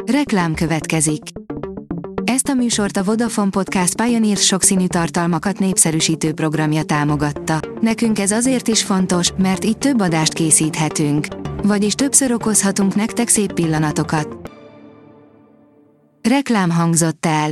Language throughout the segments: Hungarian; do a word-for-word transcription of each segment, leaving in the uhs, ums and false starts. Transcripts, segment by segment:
Reklám következik. Ezt a műsort a Vodafone Podcast Pioneer sokszínű tartalmakat népszerűsítő programja támogatta. Nekünk ez azért is fontos, mert így több adást készíthetünk. Vagyis többször okozhatunk nektek szép pillanatokat. Reklám hangzott el.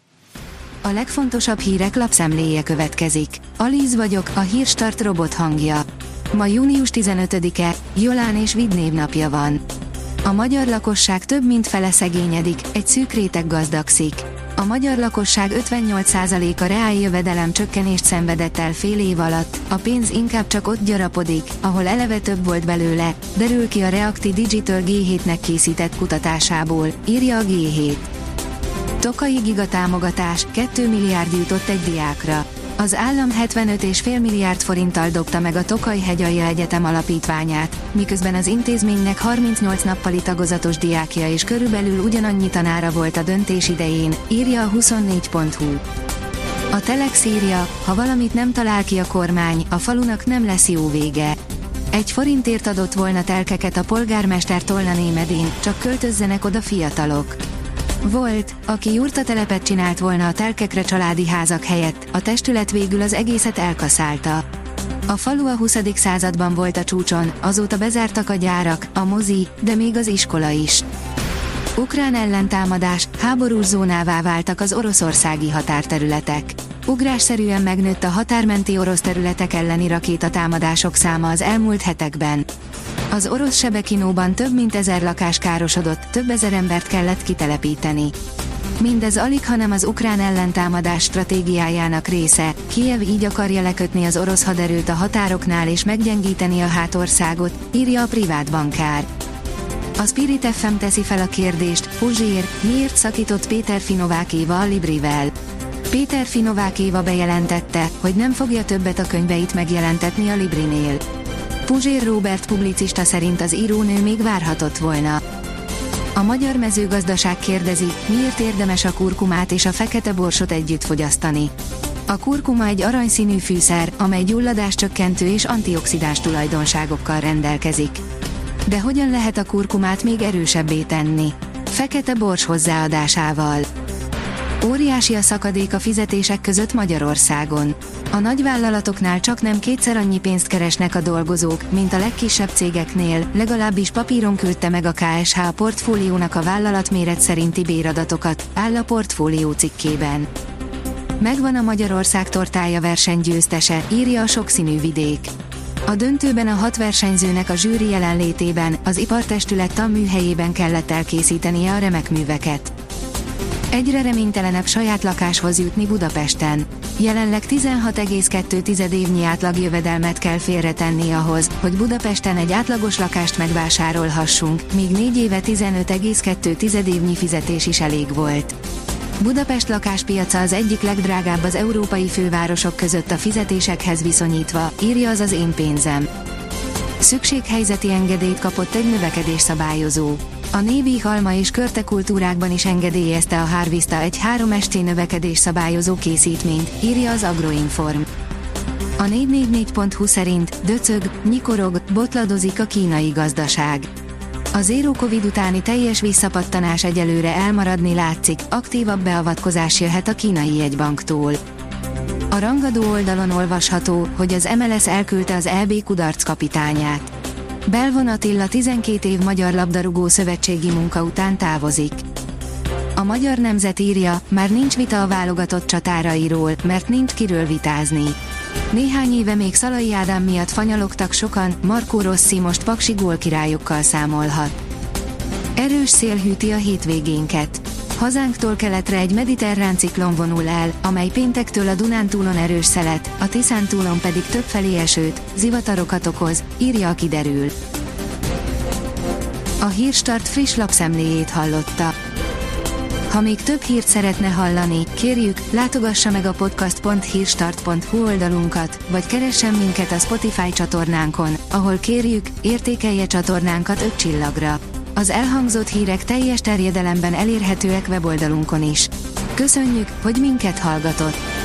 A legfontosabb hírek lapszemléje következik. Alíz vagyok, a Hírstart robot hangja. Ma június tizenötödike, Jolán és Vid névnapja van. A magyar lakosság több mint fele szegényedik, egy szűk réteg gazdagszik. A magyar lakosság ötvennyolc százaléka reáljövedelem csökkenést szenvedett el fél év alatt, a pénz inkább csak ott gyarapodik, ahol eleve több volt belőle, derül ki a Reakti Digital gé hétnek készített kutatásából, írja a gé hét. Tokai gigatámogatás, két milliárd jutott egy diákra. Az állam hetvenöt egész öt milliárd forinttal dobta meg a Tokaj-hegyalja Egyetem alapítványát, miközben az intézménynek harmincnyolc nappali tagozatos diákja és körülbelül ugyanannyi tanára volt a döntés idején, írja a huszonnégy pont hú. A Telex írja, ha valamit nem talál ki a kormány, a falunak nem lesz jó vége. Egy forintért adott volna telkeket a polgármester Tolna Némedén, csak költözzenek oda fiatalok. Volt, aki jurtatelepet csinált volna a telkekre családi házak helyett, a testület végül az egészet elkaszálta. A falu a huszadik században volt a csúcson, azóta bezártak a gyárak, a mozi, de még az iskola is. Ukrán ellentámadás, háborús zónává váltak az oroszországi határterületek. Ugrásszerűen megnőtt a határmenti orosz területek elleni rakétatámadások száma az elmúlt hetekben. Az orosz Sebekinóban több mint ezer lakás károsodott, több ezer embert kellett kitelepíteni. Mindez alig, hanem az ukrán ellentámadás stratégiájának része, Kijev így akarja lekötni az orosz haderőt a határoknál és meggyengíteni a hátországot, írja a privát bankár. A Spirit ef em teszi fel a kérdést, Puzsér, miért szakított Péter Finovák Éva a Librivel? Péter Finovák Éva bejelentette, hogy nem fogja többet a könyveit megjelentetni a Librinél. Puzsér Róbert publicista szerint az írónő még várhatott volna. A magyar mezőgazdaság kérdezi, miért érdemes a kurkumát és a fekete borsot együtt fogyasztani. A kurkuma egy aranyszínű fűszer, amely gyulladáscsökkentő és antioxidáns tulajdonságokkal rendelkezik. De hogyan lehet a kurkumát még erősebbé tenni? Fekete bors hozzáadásával. Óriási a szakadék a fizetések között Magyarországon. A nagyvállalatoknál csaknem kétszer annyi pénzt keresnek a dolgozók, mint a legkisebb cégeknél, legalábbis papíron küldte meg a ká es há a portfóliónak a vállalatméret szerinti béradatokat, áll a portfólió cikkében. Megvan a Magyarország tortája versenygyőztese, írja a sokszínű vidék. A döntőben a hat versenyzőnek a zsűri jelenlétében, az ipartestület tanműhelyében kellett elkészítenie a remek műveket. Egyre reménytelenebb saját lakáshoz jutni Budapesten. Jelenleg tizenhat egész kettő évnyi átlagjövedelmet kell félretenni ahhoz, hogy Budapesten egy átlagos lakást megvásárolhassunk, míg négy éve tizenöt egész kettő évnyi fizetés is elég volt. Budapest lakáspiaca az egyik legdrágább az európai fővárosok között a fizetésekhez viszonyítva, írja az az Én pénzem. Szükséghelyzeti engedélyt kapott egy növekedésszabályozó. A Névi Halma és Körte Kultúrákban is engedélyezte a Harvista egy három es té növekedésszabályozó készítményt, írja az Agroinform. A négy négy négy pont hú szerint döcög, nyikorog, botladozik a kínai gazdaság. A zéró Covid utáni teljes visszapattanás egyelőre elmaradni látszik, aktívabb beavatkozás jöhet a kínai jegybanktól. A rangadó oldalon olvasható, hogy az em el es elküldte az é bé kudarc kapitányát. Belvon Attila tizenkét év magyar labdarúgó szövetségi munka után távozik. A Magyar Nemzet írja, már nincs vita a válogatott csatárairól, mert nincs kiről vitázni. Néhány éve még Szalai Ádám miatt fanyalogtak sokan, Marco Rossi most paksi gólkirályokkal számolhat. Erős szél hűti a hétvégénket. Hazánktól keletre egy mediterrán ciklon vonul el, amely péntektől a Dunántúlon erős szelet, a Tiszántúlon pedig többfelé esőt, zivatarokat okoz, írja a Kiderül. A Hírstart friss lapszemléjét hallotta. Ha még több hírt szeretne hallani, kérjük, látogassa meg a podcast pont hírstart pont hú oldalunkat, vagy keressen minket a Spotify csatornánkon, ahol kérjük, értékelje csatornánkat öt csillagra. Az elhangzott hírek teljes terjedelemben elérhetőek weboldalunkon is. Köszönjük, hogy minket hallgatott!